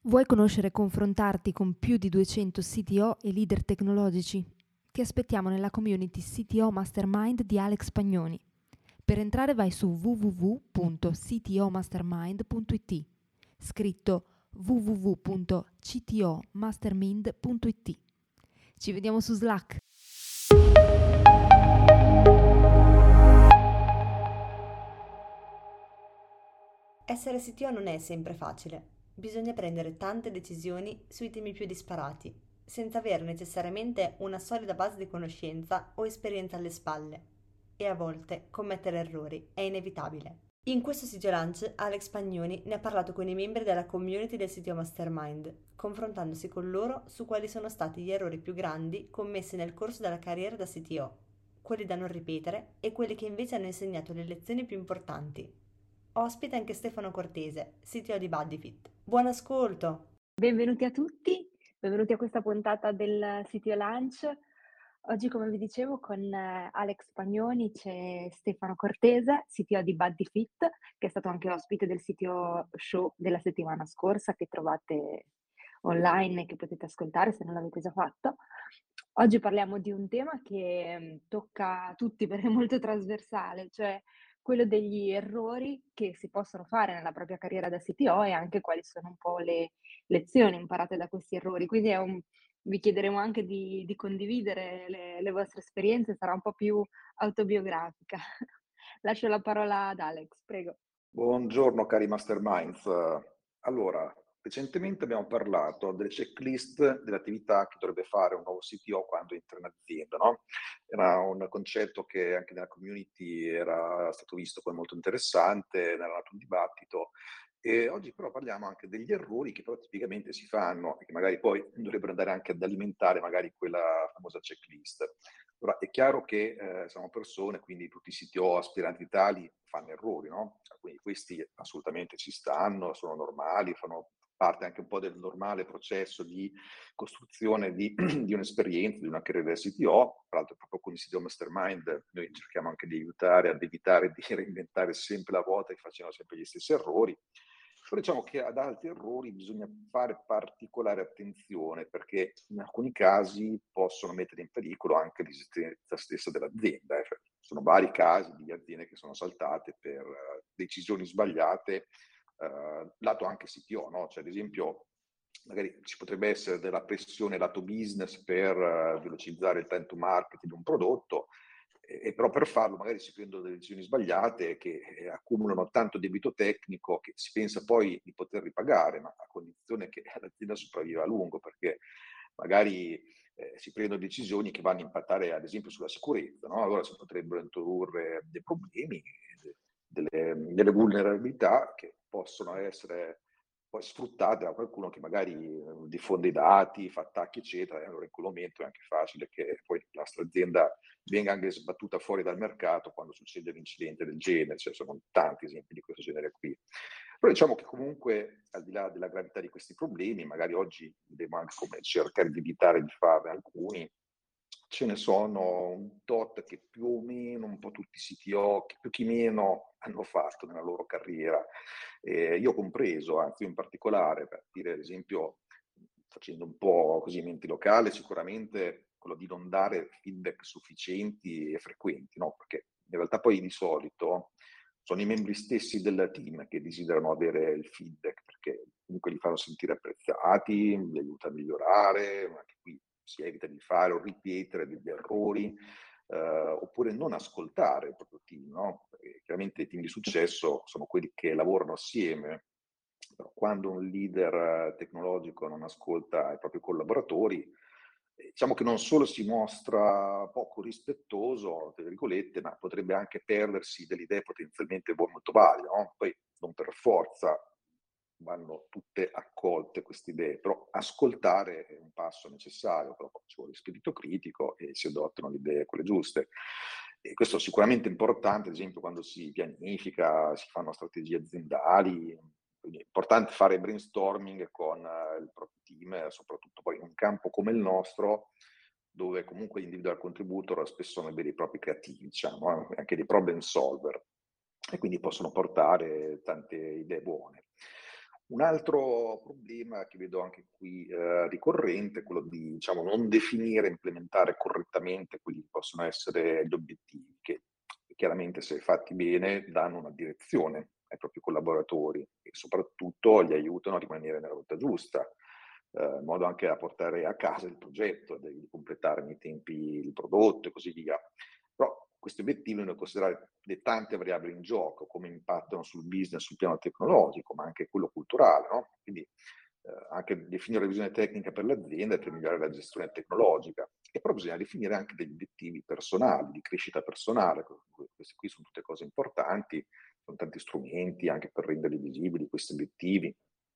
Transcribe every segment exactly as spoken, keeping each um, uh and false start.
Vuoi conoscere e confrontarti con più di duecento C T O e leader tecnologici? Ti aspettiamo nella community C T O Mastermind di Alex Pagnoni. Per entrare vai su w w w punto c t o mastermind punto i t, scritto w w w punto c t o mastermind punto i t. Ci vediamo su Slack! Essere C T O non è sempre facile. Bisogna prendere tante decisioni sui temi più disparati, senza avere necessariamente una solida base di conoscenza o esperienza alle spalle. E a volte commettere errori è inevitabile. In questo sito Lunch, Alex Pagnoni ne ha parlato con i membri della community del C T O Mastermind, confrontandosi con loro su quali sono stati gli errori più grandi commessi nel corso della carriera da C T O, quelli da non ripetere e quelli che invece hanno insegnato le lezioni più importanti. Ospita anche Stefano Cortese, C T O di Buddyfit. Buon ascolto! Benvenuti a tutti, benvenuti a questa puntata del C T O Lunch. Oggi, come vi dicevo, con eh, Alex Pagnoni c'è Stefano Cortese, C T O di Buddyfit, che è stato anche ospite del C T O Show della settimana scorsa, che trovate online e che potete ascoltare se non l'avete già fatto. Oggi parliamo di un tema che mm, tocca tutti perché è molto trasversale, cioè quello degli errori che si possono fare nella propria carriera da C T O e anche quali sono un po' le lezioni imparate da questi errori. Quindi è un vi chiederemo anche di di condividere le le vostre esperienze, sarà un po' più autobiografica. Lascio la parola ad Alex, prego. Buongiorno cari masterminds. Allora, recentemente abbiamo parlato delle checklist delle attività che dovrebbe fare un nuovo C T O quando entra in azienda, no? Era un concetto che anche nella community era stato visto come molto interessante, era nato un dibattito e oggi però parliamo anche degli errori che però tipicamente si fanno e che magari poi dovrebbero andare anche ad alimentare magari quella famosa checklist. Ora, è chiaro che eh, siamo persone, quindi tutti i C T O aspiranti tali fanno errori, no? Quindi questi assolutamente ci stanno, sono normali, fanno parte anche un po' del normale processo di costruzione di, di un'esperienza, di una carriera da C T O. Tra l'altro proprio con il C T O Mastermind noi cerchiamo anche di aiutare ad evitare di reinventare sempre la ruota e facendo sempre gli stessi errori. Però diciamo che ad altri errori bisogna fare particolare attenzione perché in alcuni casi possono mettere in pericolo anche l'esistenza stessa dell'azienda. Eh. Cioè, sono vari casi di aziende che sono saltate per uh, decisioni sbagliate, uh, lato anche C T O, no? Cioè, ad esempio, magari ci potrebbe essere della pressione lato business per uh, velocizzare il time to market di un prodotto, e però per farlo magari si prendono delle decisioni sbagliate che eh, accumulano tanto debito tecnico che si pensa poi di poter ripagare, ma a condizione che l'azienda sopravviva a lungo, perché magari eh, si prendono decisioni che vanno a impattare ad esempio sulla sicurezza, no? Allora si potrebbero introdurre dei problemi, delle, delle vulnerabilità che possono essere poi sfruttate da qualcuno che magari diffonde i dati, fa attacchi eccetera, e allora in quel momento è anche facile che poi la nostra azienda venga anche sbattuta fuori dal mercato quando succede un incidente del genere, cioè sono tanti esempi di questo genere qui. Però diciamo che comunque, al di là della gravità di questi problemi, magari oggi dobbiamo anche come cercare di evitare di farne alcuni, ce ne sono un tot che più o meno un po' tutti i C T O, che più che meno hanno fatto nella loro carriera. Eh, io compreso, anzi io in particolare, per dire ad esempio, facendo un po' così mente locale, sicuramente quello di non dare feedback sufficienti e frequenti, no? Perché in realtà poi di solito sono i membri stessi del team che desiderano avere il feedback, perché comunque li fanno sentire apprezzati, li aiuta a migliorare, ma anche qui si evita di fare o ripetere degli errori, eh, oppure non ascoltare il proprio team, no? Perché chiaramente i team di successo sono quelli che lavorano assieme, però quando un leader tecnologico non ascolta i propri collaboratori, diciamo che non solo si mostra poco rispettoso, tra virgolette, ma potrebbe anche perdersi delle idee potenzialmente molto valide, no? Poi non per forza vanno tutte accolte queste idee, però ascoltare è un passo necessario, però ci vuole spirito critico e si adottano le idee quelle giuste. E questo è sicuramente importante, ad esempio, quando si pianifica, si fanno strategie aziendali, quindi è importante fare brainstorming con eh, il proprio team, soprattutto poi in un campo come il nostro, dove comunque gli individual contributor spesso sono dei propri creativi, diciamo, anche dei problem solver, e quindi possono portare tante idee buone. Un altro problema che vedo anche qui eh, ricorrente è quello di, diciamo, non definire e implementare correttamente quelli che possono essere gli obiettivi, che chiaramente, se fatti bene, danno una direzione ai propri collaboratori e soprattutto li aiutano a rimanere nella rotta giusta, eh, in modo anche a portare a casa il progetto, di completare nei tempi il prodotto e così via. Però questi obiettivi devono considerare le tante variabili in gioco, come impattano sul business, sul piano tecnologico, ma anche quello culturale, no? Quindi eh, anche definire una visione tecnica per l'azienda per migliorare la gestione tecnologica. E però bisogna definire anche degli obiettivi personali, di crescita personale. Queste qui sono tutte cose importanti, sono tanti strumenti anche per renderli visibili questi obiettivi.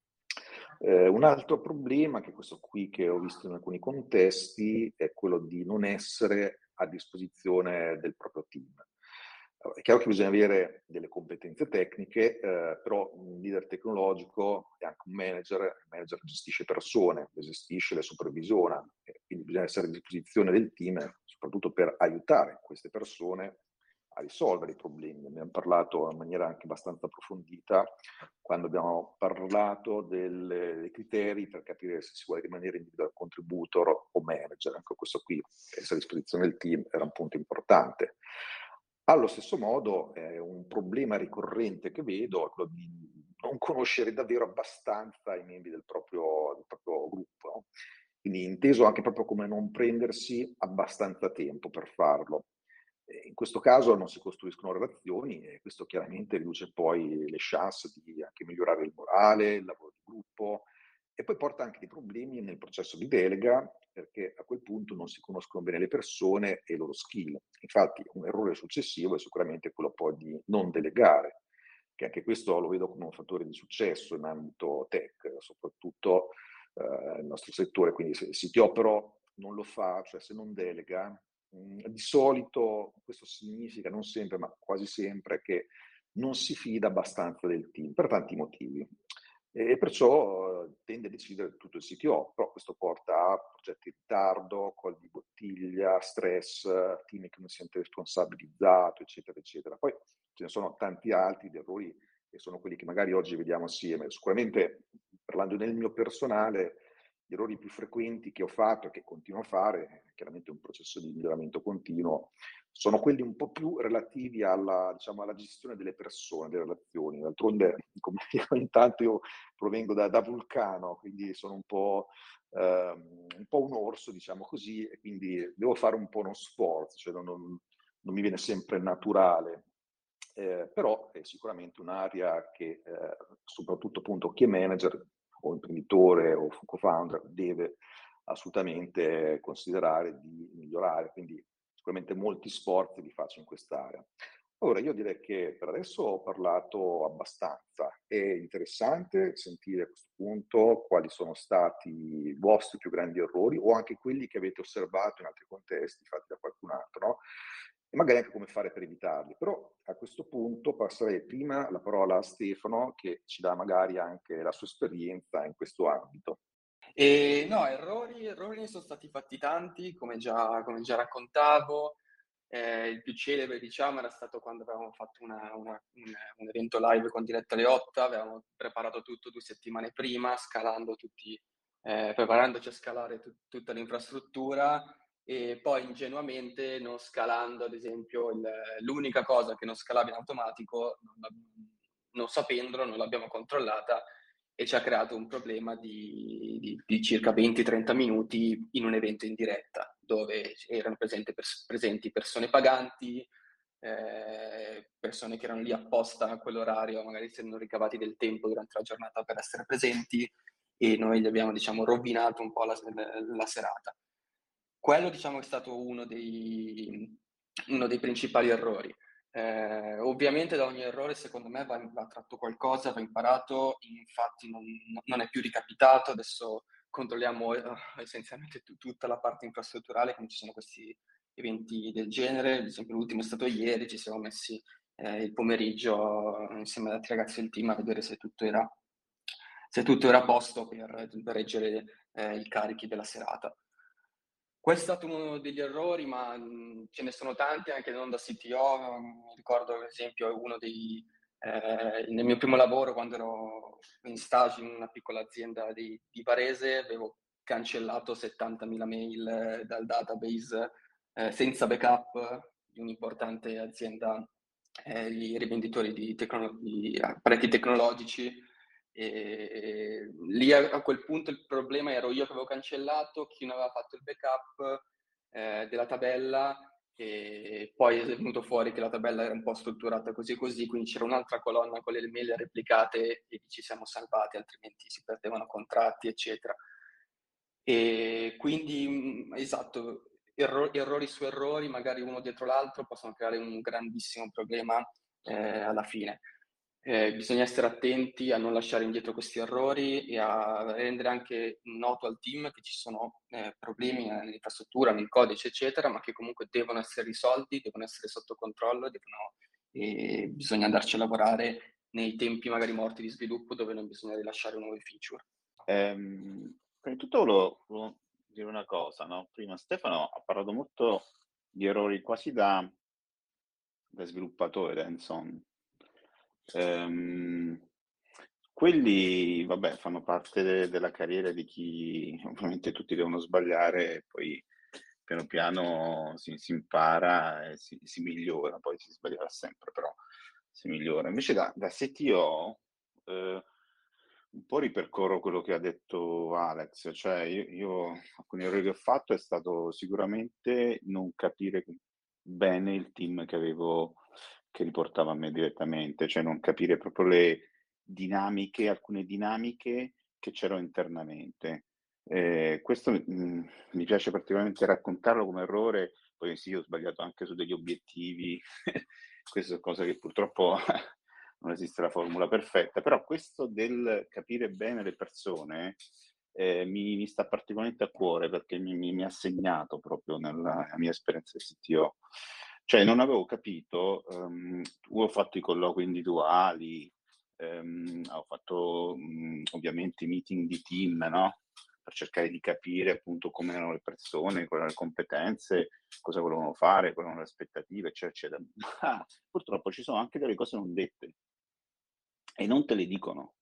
Eh, un altro problema, che questo qui che ho visto in alcuni contesti, è quello di non essere a disposizione del proprio team. Allora, è chiaro che bisogna avere delle competenze tecniche, eh, però un leader tecnologico è anche un manager, il manager gestisce persone, le gestisce, le supervisiona, quindi bisogna essere a disposizione del team, soprattutto per aiutare queste persone a risolvere i problemi. Ne abbiamo parlato in maniera anche abbastanza approfondita quando abbiamo parlato del, dei criteri per capire se si vuole rimanere individual contributor o manager. Anche questo qui, essere a disposizione del team, era un punto importante. Allo stesso modo, eh, un problema ricorrente che vedo è quello di non conoscere davvero abbastanza i membri del proprio, del proprio gruppo, no? Quindi inteso anche proprio come non prendersi abbastanza tempo per farlo. In questo caso non si costruiscono relazioni e questo chiaramente riduce poi le chance di anche migliorare il morale, il lavoro di gruppo e poi porta anche dei problemi nel processo di delega, perché a quel punto non si conoscono bene le persone e i loro skill. Infatti un errore successivo è sicuramente quello poi di non delegare, che anche questo lo vedo come un fattore di successo in ambito tech, soprattutto eh, nel nostro settore. Quindi se il C T O però non lo fa, cioè se non delega, di solito questo significa, non sempre, ma quasi sempre, che non si fida abbastanza del team, per tanti motivi. E perciò tende a decidere tutto il C T O, però questo porta a progetti in ritardo, colli di bottiglia, stress, team che non si sente responsabilizzato, eccetera, eccetera. Poi ce ne sono tanti altri di errori che sono quelli che magari oggi vediamo assieme. Sicuramente, parlando nel mio personale, gli errori più frequenti che ho fatto e che continuo a fare, chiaramente un processo di miglioramento continuo, sono quelli un po' più relativi alla, diciamo, alla gestione delle persone, delle relazioni. D'altronde, come dico, intanto io provengo da, da Vulcano, quindi sono un po', ehm, un po' un orso, diciamo così, e quindi devo fare un po' uno sforzo, cioè non, non, non mi viene sempre naturale. Eh, però è sicuramente un'area che, eh, soprattutto appunto chi è manager o imprenditore o co-founder deve assolutamente considerare di migliorare, quindi sicuramente molti sforzi li faccio in quest'area. Allora, io direi che per adesso ho parlato abbastanza. È interessante sentire a questo punto quali sono stati i vostri più grandi errori o anche quelli che avete osservato in altri contesti fatti da qualcun altro, no? E magari anche come fare per evitarli. Però a questo punto passerei prima la parola a Stefano, che ci dà magari anche la sua esperienza in questo ambito. E no, errori, errori ne sono stati fatti tanti, come già, come già raccontavo. Eh, il più celebre, diciamo, era stato quando avevamo fatto una, una, un, un evento live con Diretta Leotta. Avevamo preparato tutto due settimane prima, scalando tutti, eh, preparandoci a scalare tut, tutta l'infrastruttura e poi ingenuamente non scalando, ad esempio, il, l'unica cosa che non scalava in automatico, non, non sapendolo, non l'abbiamo controllata e ci ha creato un problema di, di, di circa venti trenta minuti in un evento in diretta, dove erano presenti, pers- presenti persone paganti, eh, persone che erano lì apposta a quell'orario, magari si erano ricavati del tempo durante la giornata per essere presenti, e noi gli abbiamo, diciamo, rovinato un po' la, la serata. Quello, diciamo, è stato uno dei, uno dei principali errori. Eh, ovviamente da ogni errore, secondo me, va, va tratto qualcosa, va imparato, infatti non, non è più ricapitato. Adesso controlliamo eh, essenzialmente t- tutta la parte infrastrutturale, quando ci sono questi eventi del genere. Ad esempio l'ultimo è stato ieri, ci siamo messi eh, il pomeriggio insieme ad altri ragazzi del team a vedere se tutto era, se tutto era a posto per, per reggere eh, i carichi della serata. Questo è stato uno degli errori, ma mh, ce ne sono tanti anche non da C T O. Mi ricordo, ad esempio, uno dei, Eh, nel mio primo lavoro, quando ero in stage in una piccola azienda di, di Varese, avevo cancellato settantamila mail dal database eh, senza backup di un'importante azienda eh, di rivenditori di, tecno- di apparecchi tecnologici. E, e lì a, a quel punto il problema ero io che avevo cancellato, chi non aveva fatto il backup eh, della tabella, e poi è venuto fuori che la tabella era un po' strutturata così e così, quindi c'era un'altra colonna con le mail replicate e ci siamo salvati, altrimenti si perdevano contratti, eccetera. E quindi, esatto, erro- errori su errori, magari uno dietro l'altro, possono creare un grandissimo problema eh, alla fine. Eh, bisogna essere attenti a non lasciare indietro questi errori e a rendere anche noto al team che ci sono eh, problemi nell'infrastruttura, nel codice, eccetera, ma che comunque devono essere risolti, devono essere sotto controllo, devono, e bisogna andarci a lavorare nei tempi magari morti di sviluppo dove non bisogna rilasciare nuove feature. Ehm, prima di tutto volevo, volevo dire una cosa, no? Prima Stefano ha parlato molto di errori quasi da, da sviluppatore, insomma. Ehm, quelli, vabbè, fanno parte de- della carriera di chi, ovviamente tutti devono sbagliare e poi piano piano si, si impara e si, si migliora, poi si sbaglierà sempre, però si migliora. Invece da, da C T O eh, un po' ripercorro quello che ha detto Alex, cioè io, io alcuni errori che ho fatto è stato sicuramente non capire bene il team che avevo, che riportava a me direttamente, cioè non capire proprio le dinamiche, alcune dinamiche che c'erano internamente. Eh, questo mh, mi piace particolarmente raccontarlo come errore, poi sì, ho sbagliato anche su degli obiettivi, questa è cosa che purtroppo non esiste la formula perfetta, però questo del capire bene le persone eh, mi, mi sta particolarmente a cuore perché mi, mi, mi ha segnato proprio nella, nella mia esperienza di C T O. Cioè non avevo capito, um, ho fatto i colloqui individuali, um, ho fatto um, ovviamente i meeting di team, no? Per cercare di capire appunto come erano le persone, quali erano le competenze, cosa volevano fare, quali erano le aspettative, eccetera, eccetera. Ma purtroppo ci sono anche delle cose non dette e non te le dicono.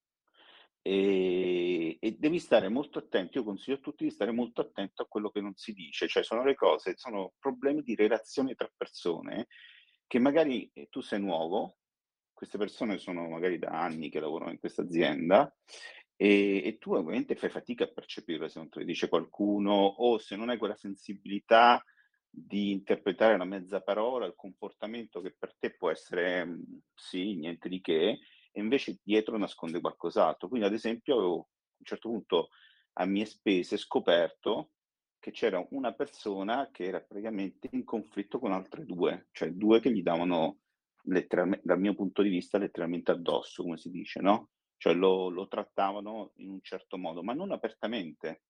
E, e devi stare molto attento, io consiglio a tutti di stare molto attento a quello che non si dice, cioè sono le cose, sono problemi di relazione tra persone che magari eh, tu sei nuovo, queste persone sono magari da anni che lavorano in questa azienda e, e tu ovviamente fai fatica a percepirle se non te le dice qualcuno o se non hai quella sensibilità di interpretare una mezza parola, il comportamento che per te può essere mh, sì, niente di che, e invece dietro nasconde qualcos'altro. Quindi, ad esempio, avevo a un certo punto a mie spese scoperto che c'era una persona che era praticamente in conflitto con altre due, cioè due che gli davano, letteralmente, dal mio punto di vista, letteralmente addosso, come si dice, no? Cioè lo, lo trattavano in un certo modo, ma non apertamente.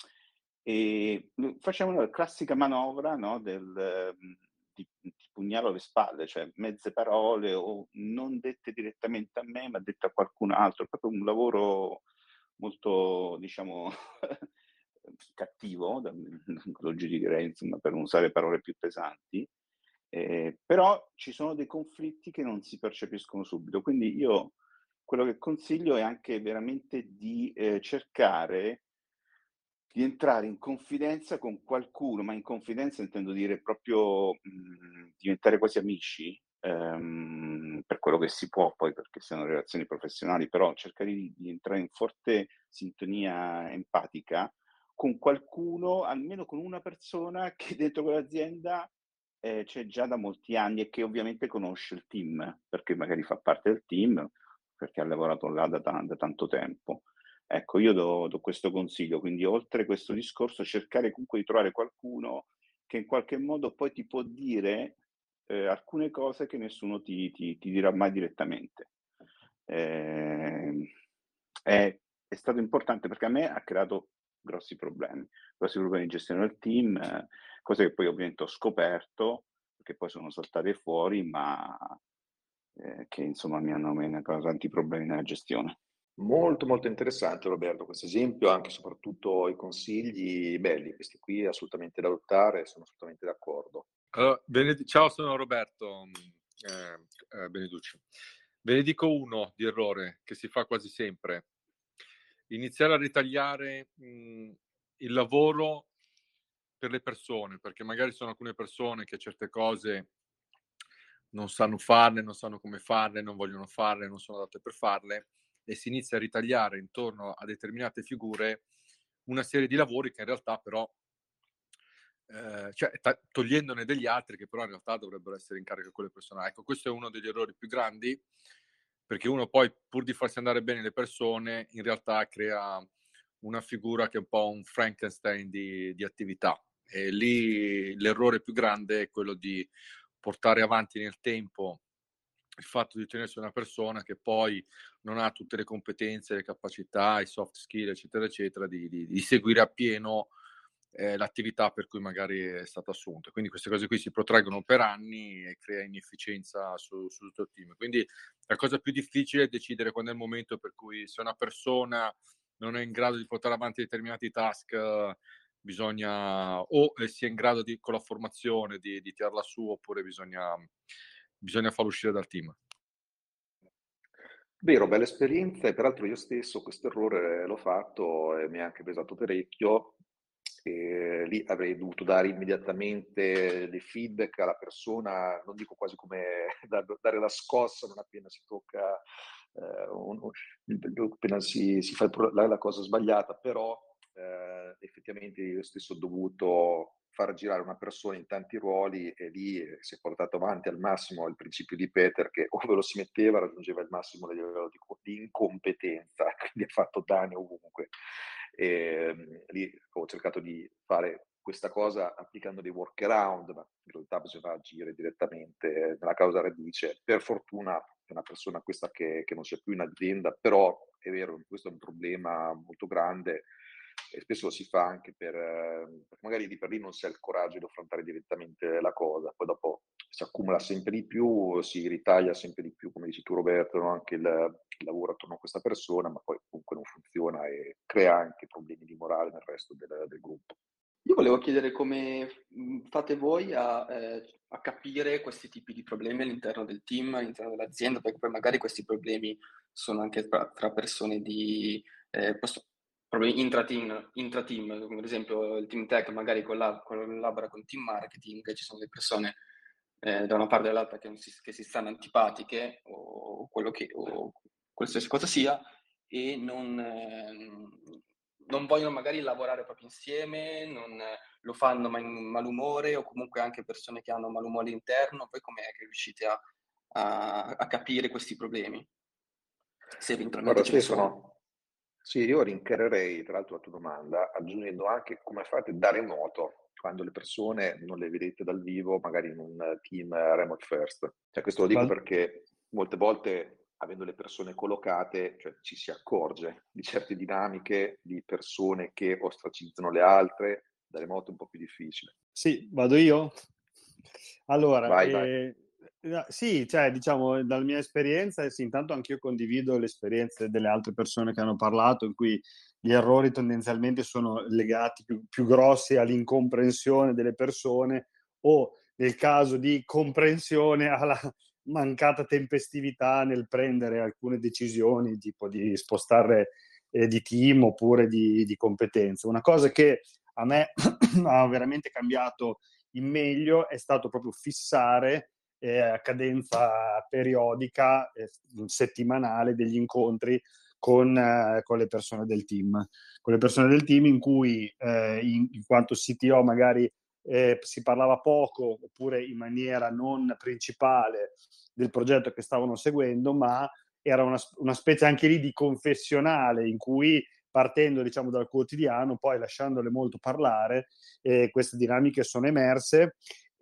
E facevano la classica manovra, no, del, di, di pugnale alle spalle, cioè mezze parole o non dette direttamente a me, ma dette a qualcun altro. È proprio un lavoro molto, diciamo, cattivo, da, lo giudicherei, insomma, per non usare parole più pesanti. Eh, però ci sono dei conflitti che non si percepiscono subito. Quindi io quello che consiglio è anche veramente di eh, cercare di entrare in confidenza con qualcuno, ma in confidenza intendo dire proprio mh, diventare quasi amici, ehm, per quello che si può poi, perché siano relazioni professionali, però cercare di, di entrare in forte sintonia empatica con qualcuno, almeno con una persona che dentro quell'azienda eh, c'è già da molti anni e che ovviamente conosce il team, perché magari fa parte del team, perché ha lavorato là da, da tanto tempo. Ecco, io do, do questo consiglio, quindi oltre questo discorso cercare comunque di trovare qualcuno che in qualche modo poi ti può dire eh, alcune cose che nessuno ti, ti, ti dirà mai direttamente. Eh, è, è stato importante perché a me ha creato grossi problemi, grossi problemi di gestione del team, eh, cose che poi ovviamente ho scoperto, che poi sono saltate fuori, ma eh, che insomma mi hanno, mi hanno causato tanti problemi nella gestione. Molto molto interessante Roberto questo esempio, anche e soprattutto i consigli belli, questi qui assolutamente da adottare, sono assolutamente d'accordo. Allora, Bened- ciao, sono Roberto eh, eh, Beneducci. Ve ne dico uno di errore che si fa quasi sempre. Iniziare a ritagliare mh, il lavoro per le persone, perché magari sono alcune persone che certe cose non sanno farle, non sanno come farle, non vogliono farle, non sono adatte per farle, e si inizia a ritagliare intorno a determinate figure una serie di lavori che in realtà però, eh, cioè ta- togliendone degli altri che però in realtà dovrebbero essere in carico a quelle persone. Ecco, questo è uno degli errori più grandi, perché uno poi, pur di farsi andare bene le persone, in realtà crea una figura che è un po' un Frankenstein di, di attività. E lì l'errore più grande è quello di portare avanti nel tempo il fatto di tenersi una persona che poi non ha tutte le competenze, le capacità, i soft skill, eccetera, eccetera, di, di, di seguire appieno eh, l'attività per cui magari è stato assunto. Quindi queste cose qui si protraggono per anni e crea inefficienza su, su tutto il team. Quindi la cosa più difficile è decidere quando è il momento per cui, se una persona non è in grado di portare avanti determinati task, eh, bisogna o sia in grado di, con la formazione di, di tirarla su, oppure bisogna, bisogna farlo uscire dal team. Vero, bella esperienza, e peraltro io stesso questo errore l'ho fatto e mi ha anche pesato parecchio, e lì avrei dovuto dare immediatamente dei feedback alla persona, non dico quasi come dare la scossa non appena si tocca, eh, un, appena si, si fa la, la cosa sbagliata, però eh, effettivamente io stesso ho dovuto far girare una persona in tanti ruoli, e lì si è portato avanti al massimo il principio di Peter, che ove lo si metteva raggiungeva il massimo del livello di, di incompetenza, quindi ha fatto danni ovunque. E, lì ho cercato di fare questa cosa applicando dei workaround, ma in realtà bisogna agire direttamente nella causa radice. Per fortuna è una persona questa che, che non c'è più in azienda, però è vero, questo è un problema molto grande, e spesso lo si fa anche per, perché magari lì per lì non si ha il coraggio di affrontare direttamente la cosa, poi dopo si accumula sempre di più, si ritaglia sempre di più, come dici tu Roberto, no? Anche il, il lavoro attorno a questa persona, ma poi comunque non funziona e crea anche problemi di morale nel resto del, del gruppo. Io volevo chiedere come fate voi a, eh, a capire questi tipi di problemi all'interno del team, all'interno dell'azienda, perché poi magari questi problemi sono anche tra, tra persone di eh, posso, problemi intra-team, intra-team, come ad esempio il team tech magari collab- collabora con team marketing, ci sono le persone eh, da una parte e dall'altra che, si, che si stanno antipatiche o quello che o qualsiasi cosa sia, e non, eh, non vogliono magari lavorare proprio insieme, non lo fanno ma in malumore, o comunque anche persone che hanno malumore interno. Poi com'è che riuscite a, a, a capire questi problemi? Se eventualmente Guarda ce ne sono. Stefano, sì, io rincarerei tra l'altro la tua domanda aggiungendo anche come fate da remoto quando le persone non le vedete dal vivo, magari in un team remote first. Cioè, questo lo dico Val- perché molte volte, avendo le persone collocate, cioè, ci si accorge di certe dinamiche di persone che ostracizzano le altre. Da remoto è un po' più difficile. Sì, vado io? Allora, Vai, vai. eh, eh, sì, cioè, diciamo, dalla mia esperienza, sì, intanto anch'io condivido le esperienze delle altre persone che hanno parlato, in cui gli errori tendenzialmente sono legati più, più grossi all'incomprensione delle persone, o nel caso di comprensione alla mancata tempestività nel prendere alcune decisioni, tipo di spostare eh, di team oppure di, di competenze. Una cosa che a me ha veramente cambiato in meglio è stato proprio fissare eh, a cadenza periodica, eh, settimanale, degli incontri con, eh, con le persone del team, con le persone del team in cui eh, in, in quanto C T O magari eh, si parlava poco oppure in maniera non principale del progetto che stavano seguendo, ma era una, una specie anche lì di confessionale in cui, partendo diciamo dal quotidiano, poi lasciandole molto parlare, eh, queste dinamiche sono emerse,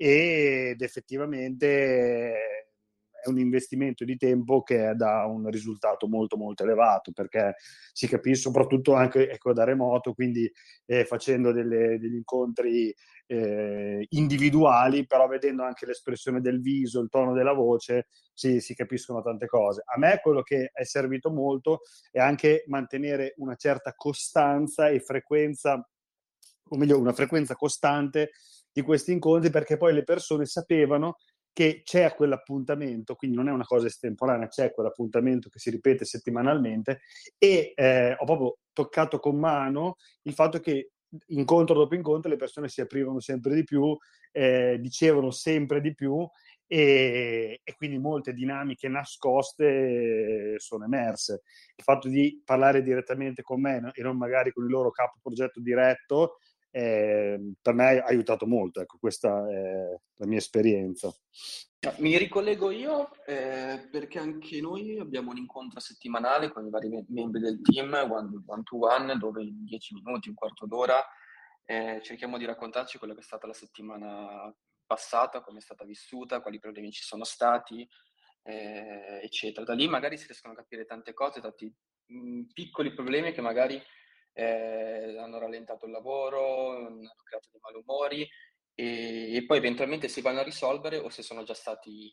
ed effettivamente è un investimento di tempo che dà un risultato molto molto elevato, perché si capisce soprattutto anche ecco, da remoto, quindi eh, facendo delle, degli incontri eh, individuali, però vedendo anche l'espressione del viso, il tono della voce, si, si capiscono tante cose. A me quello che è servito molto è anche mantenere una certa costanza e frequenza, o meglio una frequenza costante di questi incontri, perché poi le persone sapevano che c'è quell'appuntamento, quindi non è una cosa estemporanea, c'è quell'appuntamento che si ripete settimanalmente, e eh, ho proprio toccato con mano il fatto che incontro dopo incontro le persone si aprivano sempre di più, eh, dicevano sempre di più, e, e quindi molte dinamiche nascoste sono emerse. Il fatto di parlare direttamente con me, no? E non magari con il loro capo progetto diretto, eh, per me ha aiutato molto, ecco, questa è la mia esperienza. Mi ricollego io eh, perché anche noi abbiamo un incontro settimanale con i vari me- membri del team, one, one to one, dove in dieci minuti, un quarto d'ora, eh, cerchiamo di raccontarci quello che è stata la settimana passata, come è stata vissuta, quali problemi ci sono stati, eh, eccetera. Da lì magari si riescono a capire tante cose, tanti mh, piccoli problemi che magari eh, hanno rallentato il lavoro, hanno creato dei malumori, e, e poi eventualmente si vanno a risolvere, o se sono già stati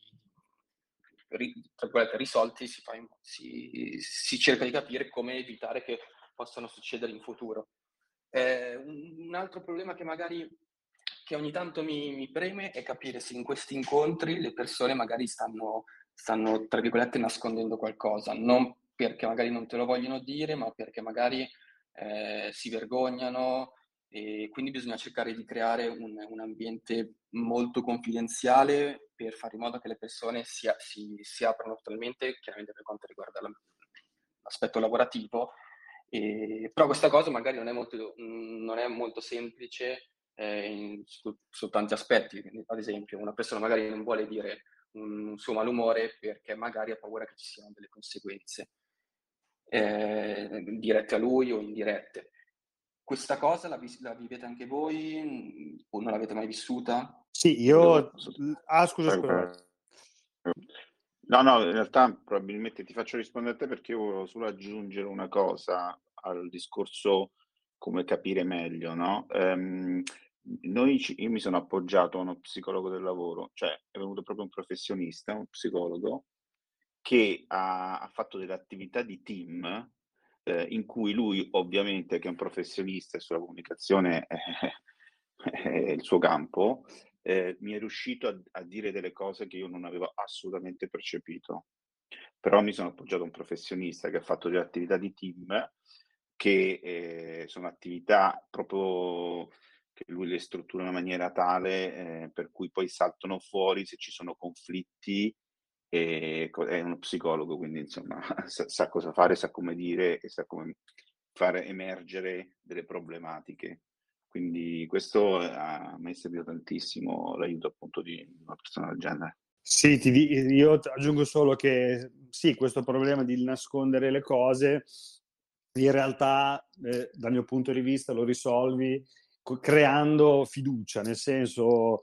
ri, tra virgolette, risolti, si, fa in, si, si cerca di capire come evitare che possano succedere in futuro. Eh, un, un altro problema che magari che ogni tanto mi, mi preme è capire se in questi incontri le persone magari stanno, stanno, tra virgolette, nascondendo qualcosa, non perché magari non te lo vogliono dire, ma perché magari eh, si vergognano, e quindi bisogna cercare di creare un, un ambiente molto confidenziale per fare in modo che le persone si, si, si aprano totalmente, chiaramente per quanto riguarda la, l'aspetto lavorativo, e, però questa cosa magari non è molto, non è molto semplice eh, in, su, su tanti aspetti. Ad esempio, una persona magari non vuole dire un suo malumore perché magari ha paura che ci siano delle conseguenze eh, dirette a lui o indirette. Questa cosa la, vi- la vivete anche voi o non l'avete mai vissuta? Sì, Volevo... io... Ah, scusa, scusa. No, no, in realtà probabilmente ti faccio rispondere a te perché io volevo solo aggiungere una cosa al discorso come capire meglio, no? Ehm, noi ci- io mi sono appoggiato a uno psicologo del lavoro, cioè è venuto proprio un professionista, un psicologo, che ha, ha fatto delle attività di team eh, in cui lui, ovviamente, che è un professionista e sulla comunicazione è, è il suo campo, eh, mi è riuscito a, a dire delle cose che io non avevo assolutamente percepito. Però mi sono appoggiato a un professionista che ha fatto delle attività di team, che eh, sono attività proprio che lui le struttura in una maniera tale eh, per cui poi saltano fuori se ci sono conflitti, e co- è uno psicologo, quindi insomma sa, sa cosa fare, sa come dire e sa come fare emergere delle problematiche. Quindi questo eh, a me è servito tantissimo l'aiuto appunto di una persona del genere. Sì, ti di- io aggiungo solo che sì, questo problema di nascondere le cose, in realtà, eh, dal mio punto di vista, lo risolvi co- creando fiducia, nel senso,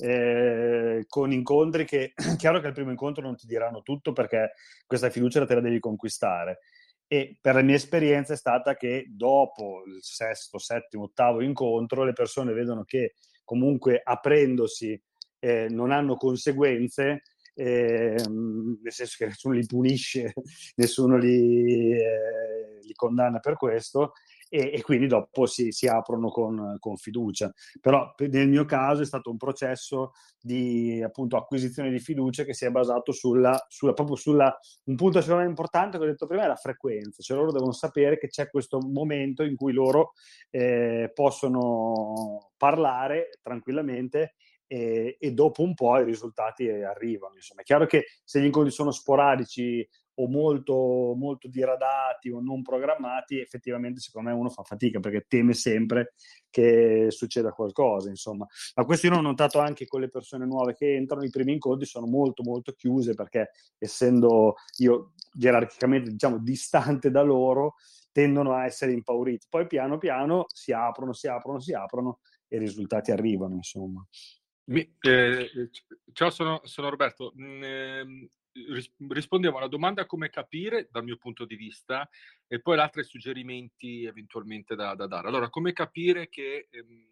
eh, con incontri che, chiaro che al primo incontro non ti diranno tutto perché questa fiducia te la devi conquistare. E per la mia esperienza è stata che dopo il sesto, settimo, ottavo incontro le persone vedono che comunque aprendosi eh, non hanno conseguenze, eh, nel senso che nessuno li punisce, nessuno li, eh, li condanna per questo, e, e quindi dopo si, si aprono con, con fiducia. Però nel mio caso è stato un processo di appunto acquisizione di fiducia che si è basato sulla, sulla proprio sulla un punto secondo me importante che ho detto prima è la frequenza, cioè loro devono sapere che c'è questo momento in cui loro eh, possono parlare tranquillamente e, e dopo un po' i risultati arrivano. Insomma, è chiaro che se gli incontri sono sporadici o molto, molto diradati o non programmati, effettivamente secondo me uno fa fatica perché teme sempre che succeda qualcosa, insomma. Ma questo io l'ho notato anche con le persone nuove che entrano, i primi incontri sono molto molto chiuse perché essendo io gerarchicamente diciamo distante da loro tendono a essere impauriti, poi piano piano si aprono, si aprono, si aprono e i risultati arrivano, insomma. Mi, eh, ciao, sono, sono Roberto. Mm, ehm, ris- rispondiamo alla domanda come capire dal mio punto di vista e poi l'altro suggerimenti eventualmente da, da dare. Allora, come capire che, ehm,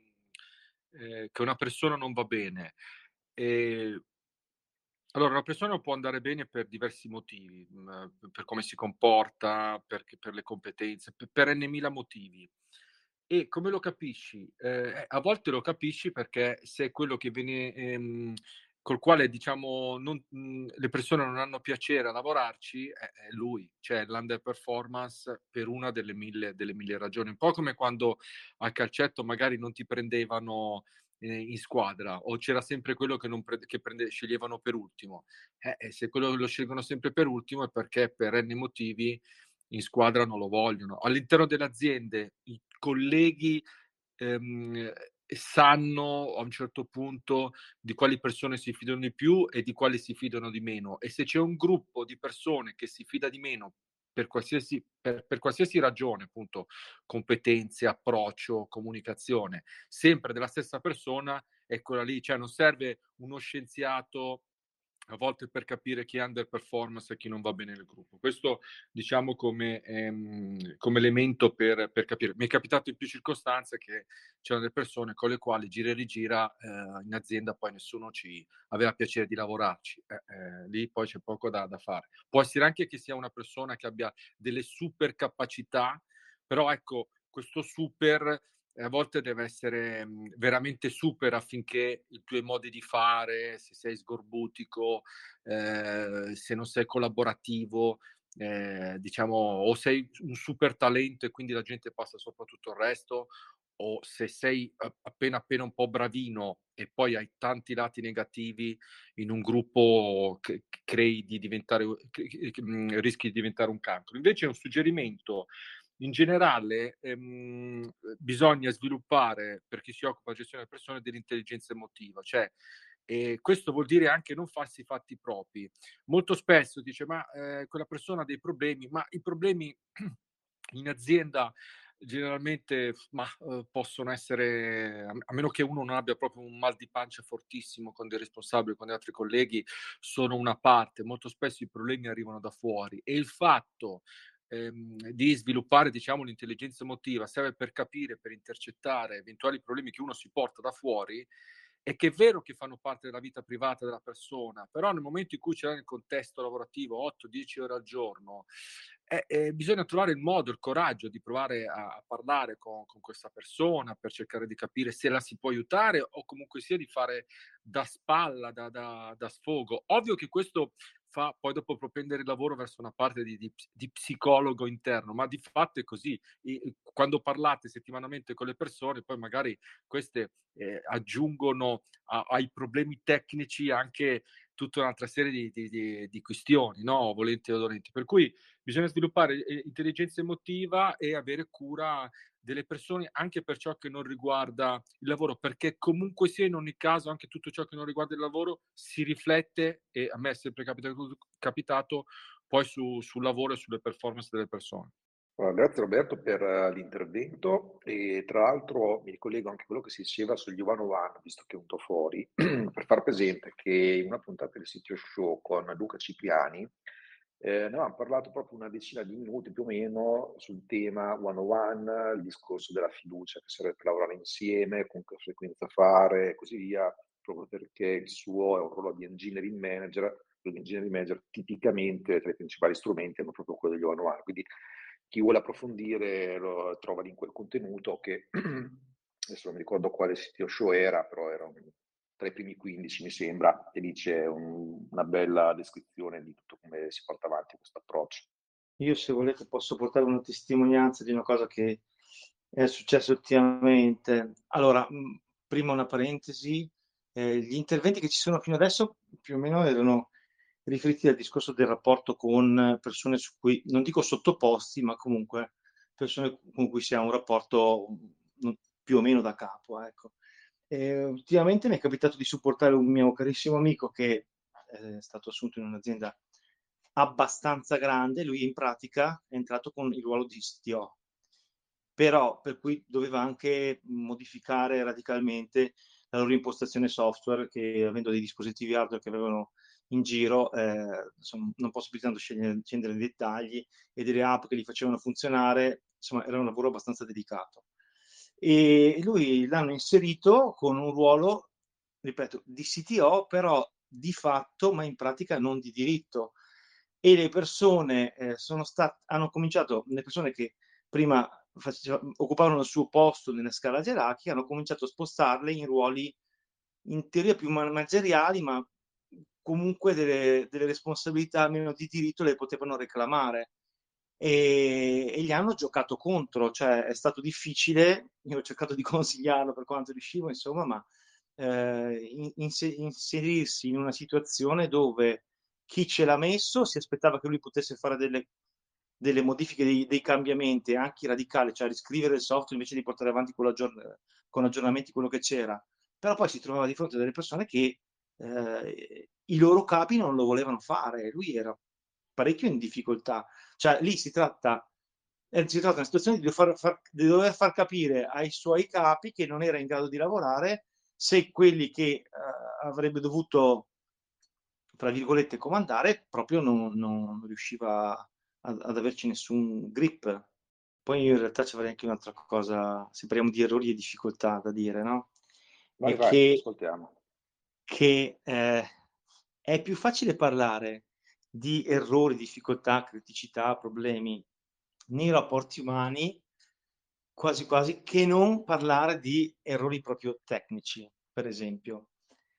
eh, che una persona non va bene? Eh, allora, una persona può andare bene per diversi motivi, mh, per come si comporta, perché- per le competenze, per, per n mila motivi. E come lo capisci? Eh, a volte lo capisci perché se quello che viene, ehm, col quale diciamo non, mh, le persone non hanno piacere a lavorarci è, è lui, cioè l'underperformance per una delle mille, delle mille ragioni. Un po' come quando al calcetto magari non ti prendevano eh, in squadra o c'era sempre quello che, non pre- che prende- sceglievano per ultimo. Eh, e se quello lo scelgono sempre per ultimo è perché per n motivi in squadra non lo vogliono. All'interno delle aziende i colleghi ehm, sanno a un certo punto di quali persone si fidano di più e di quali si fidano di meno. E se c'è un gruppo di persone che si fida di meno per qualsiasi, per, per qualsiasi ragione, appunto, competenze, approccio, comunicazione, sempre della stessa persona, è quella lì. Cioè non serve uno scienziato a volte per capire chi è underperformance e chi non va bene nel gruppo. Questo diciamo come, ehm, come elemento per, per capire. Mi è capitato in più circostanze che c'erano delle persone con le quali gira e rigira eh, in azienda, poi nessuno ci aveva piacere di lavorarci. Eh, eh, lì poi c'è poco da, da fare. Può essere anche che sia una persona che abbia delle super capacità, però ecco, questo super a volte deve essere mh, veramente super affinché i tuoi modi di fare, se sei sgorbutico, eh, se non sei collaborativo, eh, diciamo, o sei un super talento e quindi la gente passa sopra tutto il resto, o se sei appena appena un po' bravino e poi hai tanti lati negativi in un gruppo che crei di diventare, che, che, mh, rischi di diventare un cancro. Invece è un suggerimento in generale ehm, bisogna sviluppare, per chi si occupa di gestione delle persone, dell'intelligenza emotiva, cioè e questo vuol dire anche non farsi i fatti propri. Molto spesso dice, ma eh, quella persona ha dei problemi, ma i problemi in azienda generalmente ma, eh, possono essere, a, a meno che uno non abbia proprio un mal di pancia fortissimo con dei responsabili, con degli altri colleghi, sono una parte. Molto spesso i problemi arrivano da fuori e il fatto ehm, di sviluppare diciamo l'intelligenza emotiva serve per capire, per intercettare eventuali problemi che uno si porta da fuori e che è vero che fanno parte della vita privata della persona, però nel momento in cui c'è nel contesto lavorativo otto dieci ore al giorno, eh, eh, bisogna trovare il modo, il coraggio di provare a, a parlare con, con questa persona per cercare di capire se la si può aiutare o comunque sia di fare da spalla, da, da, da sfogo. Ovvio che questo fa poi dopo propendere il lavoro verso una parte di, di, di psicologo interno, ma di fatto è così. E, quando parlate settimanalmente con le persone, poi magari queste eh, aggiungono a, ai problemi tecnici anche tutta un'altra serie di, di, di, di questioni, no? Volenti o dolenti. Per cui bisogna sviluppare eh, intelligenza emotiva e avere cura delle persone anche per ciò che non riguarda il lavoro, perché comunque sia in ogni caso anche tutto ciò che non riguarda il lavoro si riflette, e a me è sempre capitato, capitato poi su, sul lavoro e sulle performance delle persone. Allora, grazie Roberto per uh, l'intervento e tra l'altro mi ricollego anche a quello che si diceva sugli one on one, visto che è venuto fuori, per far presente che in una puntata del C T O Show con Luca Cipriani eh, ne avevamo parlato proprio una decina di minuti più o meno sul tema one on one, il discorso della fiducia che serve per lavorare insieme, con che frequenza fare e così via, proprio perché il suo è un ruolo di engineering manager, l'engineering manager tipicamente tra i principali strumenti hanno proprio quello degli one on one, quindi chi vuole approfondire lo trova lì in quel contenuto che adesso non mi ricordo quale C T O Show era, però era un, tra i primi quindici mi sembra, e lì c'è un, una bella descrizione di tutto come si porta avanti questo approccio. Io se volete posso portare una testimonianza di una cosa che è successa ultimamente. Allora, mh, prima una parentesi, eh, gli interventi che ci sono fino adesso più o meno erano riferiti al discorso del rapporto con persone su cui, non dico sottoposti, ma comunque persone con cui si ha un rapporto mh, più o meno da capo, ecco. E ultimamente mi è capitato di supportare un mio carissimo amico che è stato assunto in un'azienda abbastanza grande, lui in pratica è entrato con il ruolo di C T O, però per cui doveva anche modificare radicalmente la loro impostazione software, che avendo dei dispositivi hardware che avevano in giro, eh, insomma, non posso più tanto scendere, scendere nei dettagli, e delle app che li facevano funzionare, insomma era un lavoro abbastanza delicato. E lui l'hanno inserito con un ruolo, ripeto, di C T O, però di fatto, ma in pratica non di diritto. E le persone eh, sono state, hanno cominciato, le persone che prima faceva, occupavano il suo posto nella scala gerarchica, hanno cominciato a spostarle in ruoli in teoria più manageriali, ma comunque delle, delle responsabilità almeno di diritto le potevano reclamare. E, e gli hanno giocato contro, cioè è stato difficile, io ho cercato di consigliarlo per quanto riuscivo, insomma, ma eh, inserirsi in una situazione dove chi ce l'ha messo si aspettava che lui potesse fare delle, delle modifiche, dei, dei cambiamenti anche radicali, cioè riscrivere il software invece di portare avanti con, l'aggiorn- con aggiornamenti quello che c'era, però poi si trovava di fronte a delle persone che eh, i loro capi non lo volevano fare, lui era parecchio in difficoltà, cioè lì si tratta eh, si tratta di una situazione di dover, far, di dover far capire ai suoi capi che non era in grado di lavorare, se quelli che eh, avrebbe dovuto, tra virgolette, comandare proprio non, non riusciva ad, ad averci nessun grip. Poi io in realtà ci avrei anche un'altra cosa, se parliamo di errori e difficoltà da dire, no? Vai, È vai, ti che, ascoltiamo. che eh, è più facile parlare di errori, difficoltà, criticità, problemi nei rapporti umani, quasi quasi, che non parlare di errori proprio tecnici, per esempio.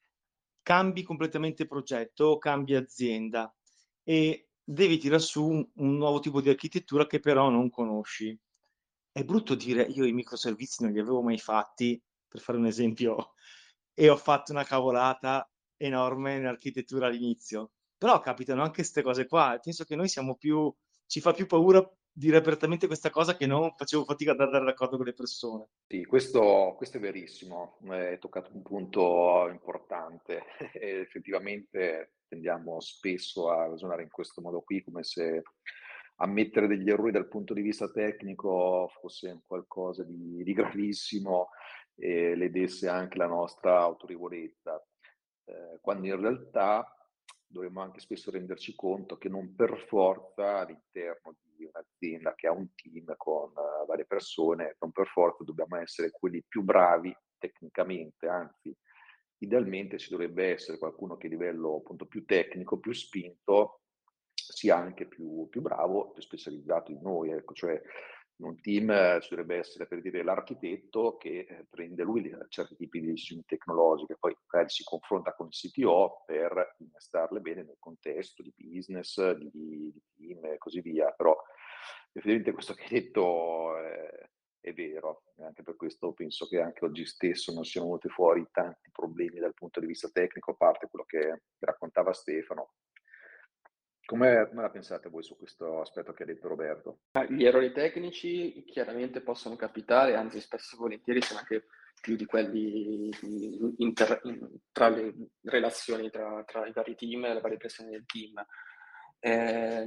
Cambi completamente progetto, cambi azienda e devi tirare su un, un nuovo tipo di architettura che però non conosci. È brutto dire io i microservizi non li avevo mai fatti, per fare un esempio, e ho fatto una cavolata enorme in architettura all'inizio. Però capitano anche queste cose qua. Penso che noi siamo più, ci fa più paura dire apertamente questa cosa che non facevo fatica ad andare d'accordo con le persone. Sì, questo, questo è verissimo, hai toccato un punto importante. E effettivamente tendiamo spesso a ragionare in questo modo qui, come se ammettere degli errori dal punto di vista tecnico fosse qualcosa di, di gravissimo e ledesse anche la nostra autorevolezza, eh, quando in realtà dovremmo anche spesso renderci conto che non per forza all'interno di un'azienda che ha un team con uh, varie persone, non per forza dobbiamo essere quelli più bravi tecnicamente, anzi idealmente ci dovrebbe essere qualcuno che a livello appunto più tecnico, più spinto, sia anche più, più bravo, più specializzato di noi, ecco, cioè in un team eh, ci dovrebbe essere, per dire, l'architetto che eh, prende lui certi tipi di decisioni tecnologiche, poi magari si confronta con il C T O per innestarle bene nel contesto di business, di, di team e così via, però effettivamente questo che hai detto è, è vero, e anche per questo penso che anche oggi stesso non siano venuti fuori tanti problemi dal punto di vista tecnico, a parte quello che raccontava Stefano. Come, come la pensate voi su questo aspetto che ha detto Roberto? Gli errori tecnici chiaramente possono capitare, anzi spesso e volentieri sono anche più di quelli inter, in, tra le relazioni tra, tra i vari team e le varie persone del team. Eh,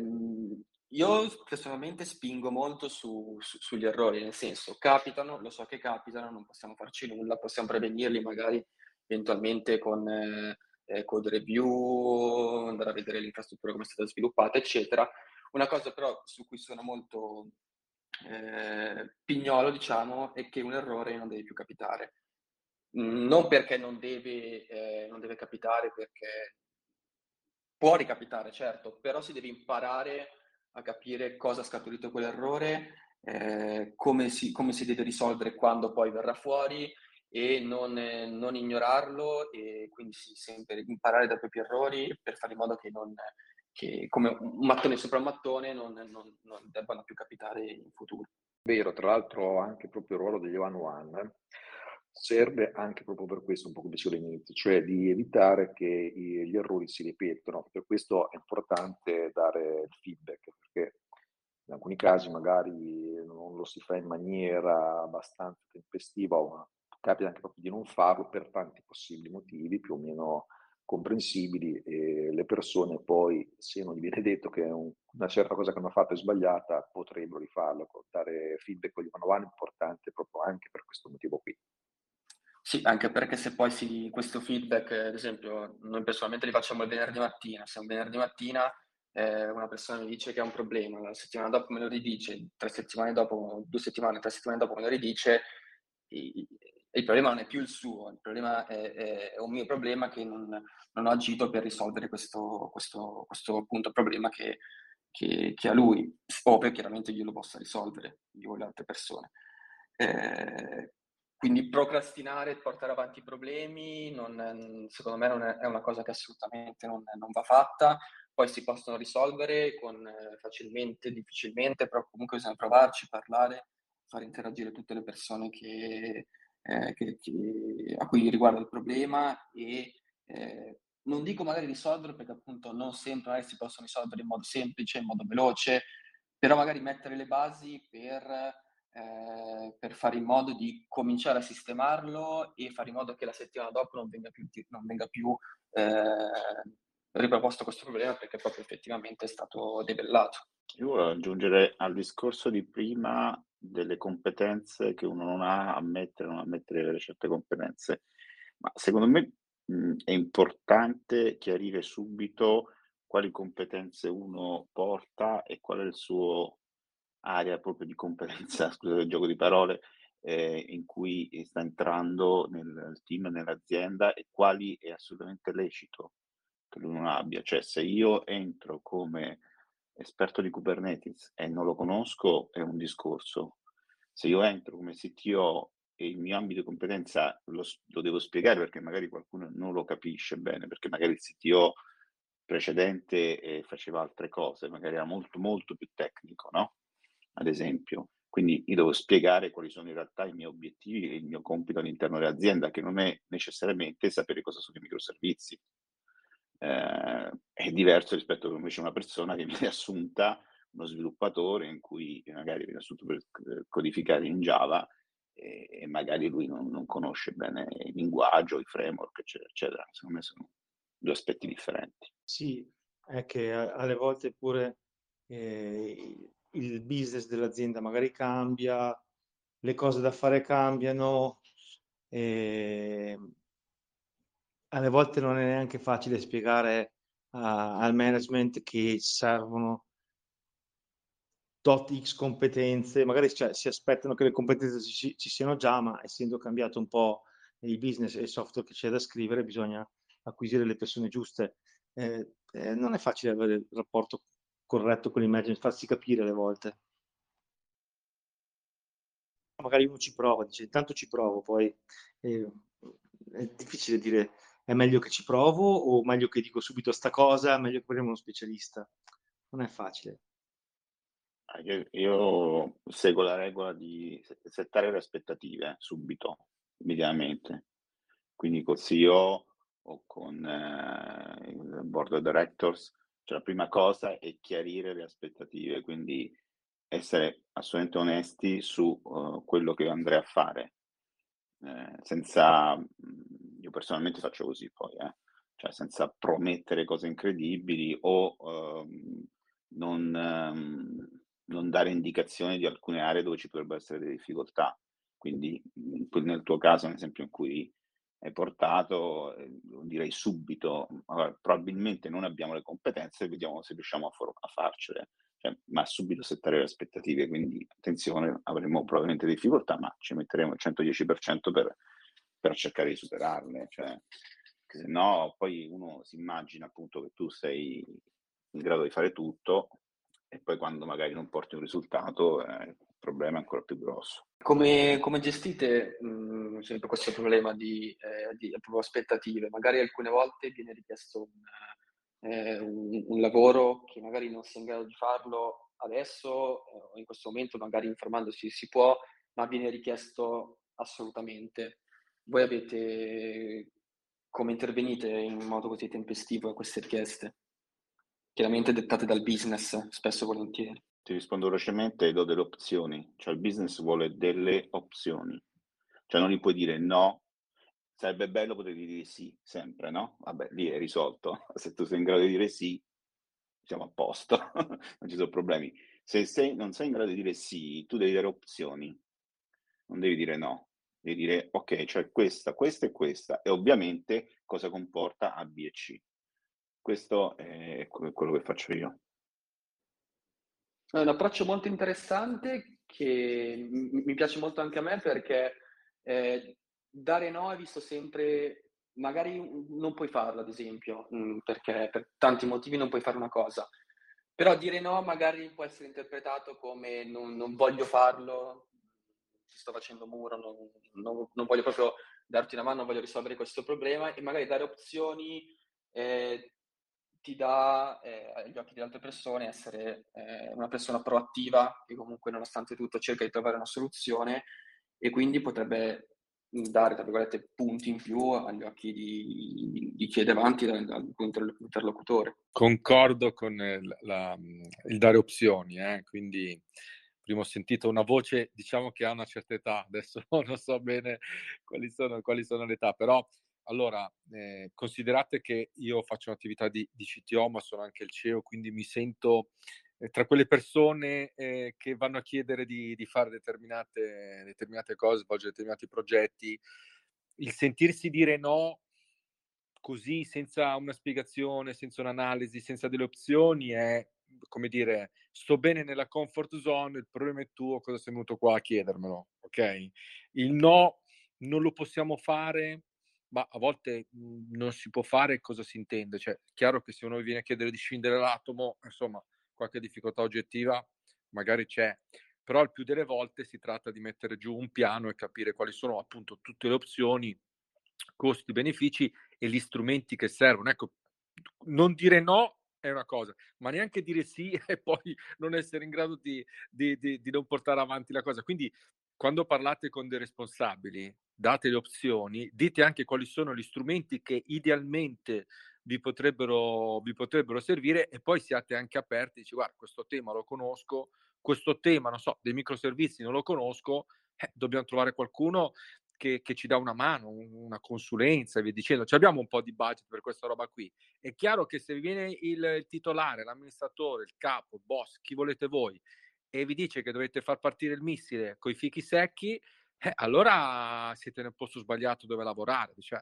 io personalmente spingo molto su, su, sugli errori, nel senso capitano, lo so che capitano, non possiamo farci nulla, possiamo prevenirli magari eventualmente con eh, eh, code review, andare a vedere l'infrastruttura come è stata sviluppata, eccetera. Una cosa però su cui sono molto eh, pignolo, diciamo, è che un errore non deve più capitare. Non perché non deve, eh, non deve capitare, perché può ricapitare, certo, però si deve imparare a capire cosa ha scaturito quell'errore, eh, come, si, come si deve risolvere quando poi verrà fuori e non, eh, non ignorarlo e quindi sì, sempre imparare dai propri errori per fare in modo che, non, che come un mattone sopra un mattone non, non, non debbano più capitare in futuro. Vero, tra l'altro anche proprio il ruolo degli one-one serve anche proprio per questo, un po' come dicevo all'inizio, cioè di evitare che i, gli errori si ripetano. Per questo è importante dare feedback, perché in alcuni casi magari non lo si fa in maniera abbastanza tempestiva, o capita anche proprio di non farlo per tanti possibili motivi, più o meno comprensibili, e le persone poi, se non gli viene detto che un, una certa cosa che hanno fatto è sbagliata, potrebbero rifarlo. Dare feedback con gli one-on-one è importante proprio anche per questo motivo qui. Sì, anche perché se poi si, questo feedback, ad esempio, noi personalmente li facciamo il venerdì mattina, se un venerdì mattina eh, una persona mi dice che ha un problema, la settimana dopo me lo ridice, tre settimane dopo, due settimane, tre settimane dopo me lo ridice, il, il problema non è più il suo, il problema è, è, è un mio problema che non, non ho agito per risolvere questo, questo, questo appunto problema che, che, che ha lui, o per chiaramente io lo possa risolvere, io o le altre persone. Eh, quindi procrastinare, portare avanti i problemi, non, secondo me non è, è una cosa che assolutamente non, non va fatta. Poi si possono risolvere con, eh, facilmente, difficilmente, però comunque bisogna provarci, parlare, far interagire tutte le persone che, eh, che, che, a cui riguarda il problema e eh, non dico magari risolverlo perché appunto non sempre magari si possono risolvere in modo semplice, in modo veloce, però magari mettere le basi per, eh, per fare in modo di cominciare a sistemarlo e fare in modo che la settimana dopo non venga più, non venga più eh, riproposto questo problema perché proprio effettivamente è stato debellato. Io volevo aggiungere al discorso di prima delle competenze che uno non ha, ammettere o non ammettere di avere certe competenze, ma secondo me mh, è importante chiarire subito quali competenze uno porta e qual è il suo area proprio di competenza, scusate il gioco di parole, eh, in cui sta entrando nel team, nell'azienda e quali è assolutamente lecito che lui non abbia. Cioè, se io entro come esperto di Kubernetes e non lo conosco è un discorso. Se io entro come C T O e il mio ambito di competenza lo, lo devo spiegare perché magari qualcuno non lo capisce bene, perché magari il C T O precedente eh, faceva altre cose, magari era molto molto più tecnico, no? Ad esempio. Quindi io devo spiegare quali sono in realtà i miei obiettivi e il mio compito all'interno dell'azienda, che non è necessariamente sapere cosa sono i microservizi. Eh, è diverso rispetto a invece una persona che viene assunta, uno sviluppatore in cui magari viene assunto per codificare in Java e, e magari lui non, non conosce bene il linguaggio, i framework, eccetera, eccetera. Secondo me sono due aspetti differenti. Sì, è che a- alle volte pure eh, il business dell'azienda magari cambia, le cose da fare cambiano, e alle volte non è neanche facile spiegare a- al management che servono tot X competenze, magari cioè, si aspettano che le competenze ci, ci siano già, ma essendo cambiato un po' il business e il software che c'è da scrivere, bisogna acquisire le persone giuste. Eh, eh, non è facile avere il rapporto corretto con l'immagine, farsi capire alle volte. Magari uno ci prova, dice intanto ci provo, poi eh, è difficile dire è meglio che ci provo o meglio che dico subito sta cosa, meglio che prendiamo uno specialista. Non è facile. Ah, Io, io seguo la regola di se- settare le aspettative eh, subito, immediatamente. Quindi col C E O o con eh, il board of directors, cioè la prima cosa è chiarire le aspettative, quindi essere assolutamente onesti su eh, quello che andrei a fare, eh, senza, mh, io personalmente faccio così poi, eh, cioè senza promettere cose incredibili o ehm, non, ehm, non dare indicazioni di alcune aree dove ci potrebbero essere delle difficoltà. Quindi mh, nel tuo caso, nell'esempio in cui hai portato, eh, lo direi subito, allora, probabilmente non abbiamo le competenze, vediamo se riusciamo a, for- a farcele. Cioè, ma subito settare le aspettative, quindi attenzione, avremo probabilmente difficoltà, ma ci metteremo il centodieci per cento per, per cercare di superarle, cioè, se no poi uno si immagina appunto che tu sei in grado di fare tutto e poi quando magari non porti un risultato eh, il problema è ancora più grosso. Come, come gestite mh, sempre questo problema di, eh, di proprio aspettative? Magari alcune volte viene richiesto un, eh, un- un lavoro che magari non si è in grado di farlo adesso eh, o in questo momento, magari informandosi si può, ma viene richiesto assolutamente. Voi avete, come intervenite in modo così tempestivo a queste richieste? Chiaramente dettate dal business, spesso e volentieri. Ti rispondo velocemente e do delle opzioni, cioè il business vuole delle opzioni, cioè non gli puoi dire no, sarebbe bello poter dire sì, sempre, no? Vabbè, lì è risolto, se tu sei in grado di dire sì, siamo a posto, non ci sono problemi. Se sei, non sei in grado di dire sì, tu devi dare opzioni, non devi dire no, devi dire ok, cioè questa, questa e questa, e ovviamente cosa comporta A, B e C. Questo è quello che faccio io. È un approccio molto interessante che m- mi piace molto anche a me perché eh, dare no è visto sempre, magari non puoi farlo ad esempio, mh, perché per tanti motivi non puoi fare una cosa, però dire no magari può essere interpretato come non, non voglio farlo, ti sto facendo muro, non, non, non voglio proprio darti una mano, non voglio risolvere questo problema, e magari dare opzioni eh, ti dà eh, agli occhi delle altre persone essere eh, una persona proattiva che comunque nonostante tutto cerca di trovare una soluzione, e quindi potrebbe dare, tra virgolette, punti in più agli occhi di, di chi è davanti dal, dal interlocutore. Concordo con il, la, il dare opzioni, eh? Quindi prima ho sentito una voce, diciamo, che ha una certa età, adesso non so bene quali sono, quali sono le età, però allora eh, considerate che io faccio un'attività di, di C T O, ma sono anche il C E O, quindi mi sento eh, tra quelle persone eh, che vanno a chiedere di, di fare determinate, determinate cose, svolgere determinati progetti. Il sentirsi dire no così, senza una spiegazione, senza un'analisi, senza delle opzioni, è come dire, sto bene nella comfort zone, il problema è tuo, cosa sei venuto qua a chiedermelo, ok? Il no non lo possiamo fare, ma a volte mh, non si può fare, cosa si intende? Cioè, è chiaro che se uno viene a chiedere di scindere l'atomo, insomma, qualche difficoltà oggettiva magari c'è, però il più delle volte si tratta di mettere giù un piano e capire quali sono appunto tutte le opzioni, costi, benefici e gli strumenti che servono. Ecco, non dire no è una cosa, ma neanche dire sì e poi non essere in grado di, di, di, di non portare avanti la cosa. Quindi quando parlate con dei responsabili, date le opzioni, dite anche quali sono gli strumenti che idealmente vi potrebbero, vi potrebbero servire, e poi siate anche aperti, dici guarda, questo tema lo conosco, questo tema, non so, dei microservizi non lo conosco, eh, dobbiamo trovare qualcuno che, che ci dà una mano, una consulenza e via dicendo. Ci abbiamo un po' di budget per questa roba qui. È chiaro che se viene il, il titolare, l'amministratore, il capo, il boss, chi volete voi, e vi dice che dovete far partire il missile coi fichi secchi, eh, allora siete nel posto sbagliato dove lavorare. Cioè,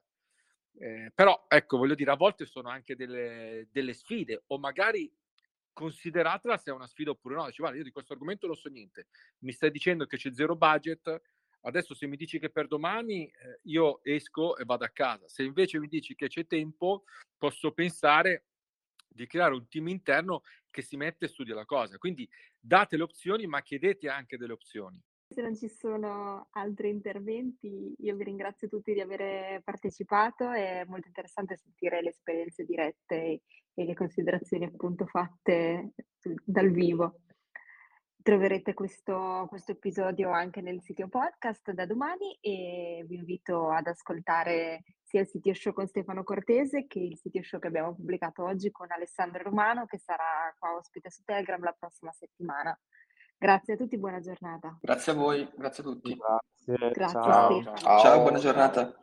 eh, però, ecco, voglio dire, a volte sono anche delle, delle sfide, o magari consideratela se è una sfida oppure no. Dici, guarda, io di questo argomento non so niente, mi stai dicendo che c'è zero budget, adesso se mi dici che per domani eh, io esco e vado a casa, se invece mi dici che c'è tempo, posso pensare di creare un team interno che si mette e studia la cosa. Quindi date le opzioni, ma chiedete anche delle opzioni. Se non ci sono altri interventi, io vi ringrazio tutti di aver partecipato, è molto interessante sentire le esperienze dirette e le considerazioni appunto fatte dal vivo. Troverete questo, questo episodio anche nel sito podcast da domani, e vi invito ad ascoltare sia il sito show con Stefano Cortese che il sito show che abbiamo pubblicato oggi con Alessandro Romano, che sarà qua ospite su Telegram la prossima settimana. Grazie a tutti, buona giornata. Grazie a voi, grazie a tutti. Grazie, Grazie ciao. Stefano. Ciao, Ciao, buona ciao. giornata.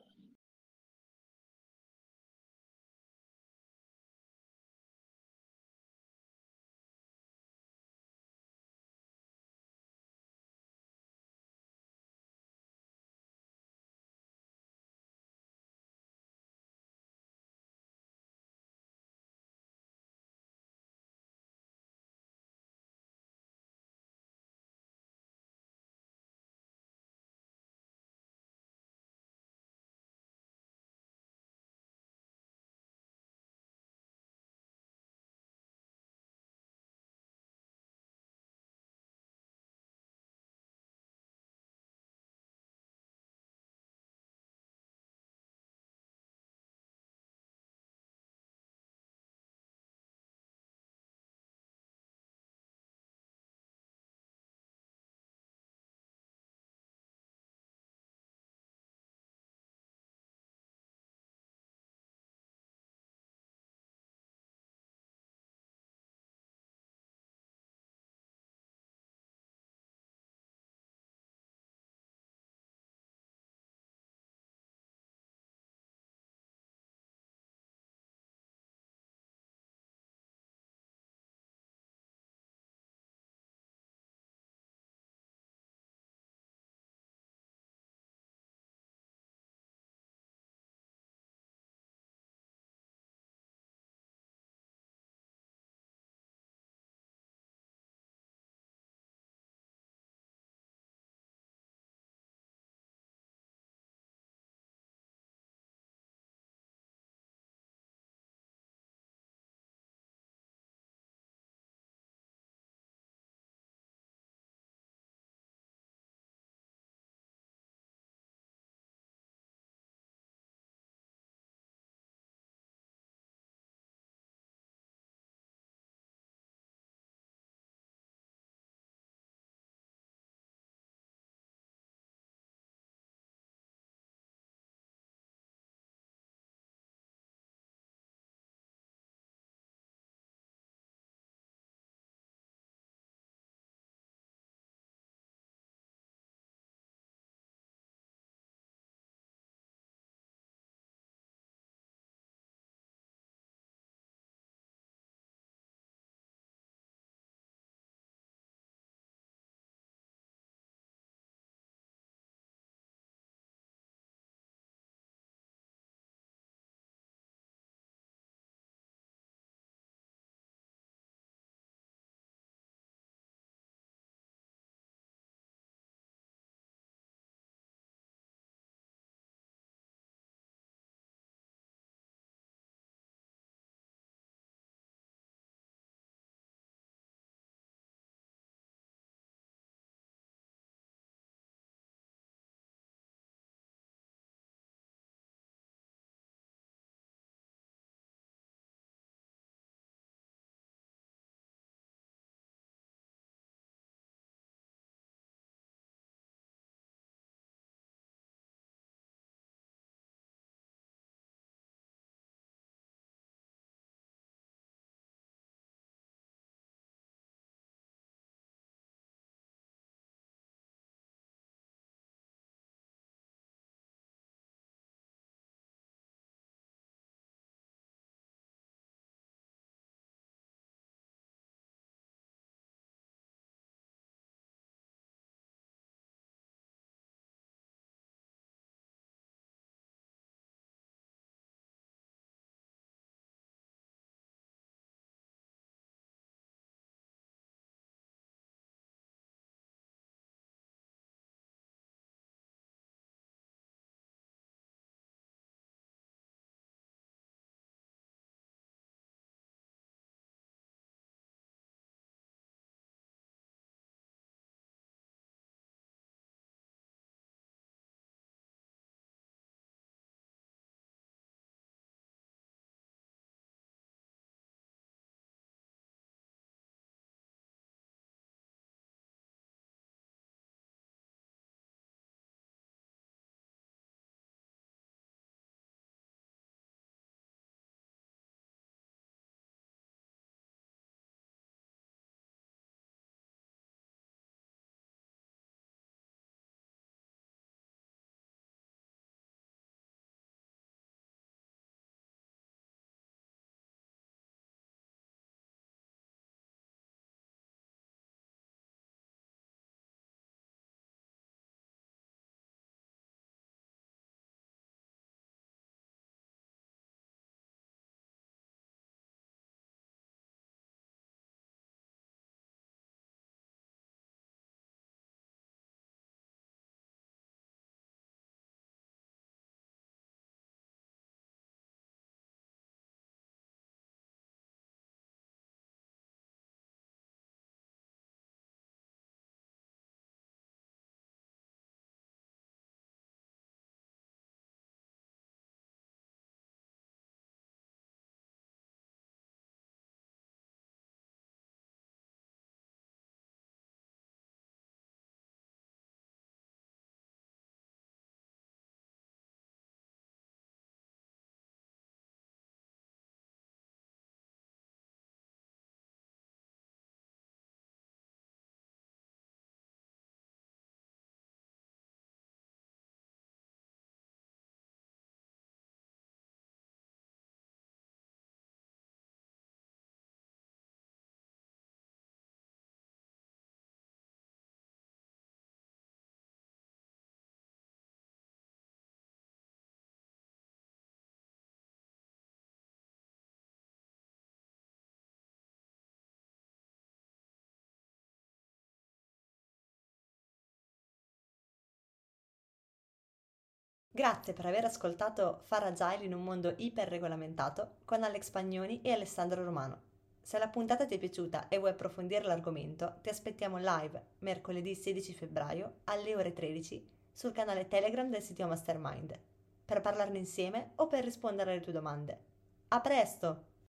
Grazie per aver ascoltato Fare Agile in un mondo iperregolamentato con Alex Pagnoni e Alessandro Romano. Se la puntata ti è piaciuta e vuoi approfondire l'argomento, ti aspettiamo live mercoledì sedici febbraio alle ore tredici sul canale Telegram del sito Mastermind, per parlarne insieme o per rispondere alle tue domande. A presto!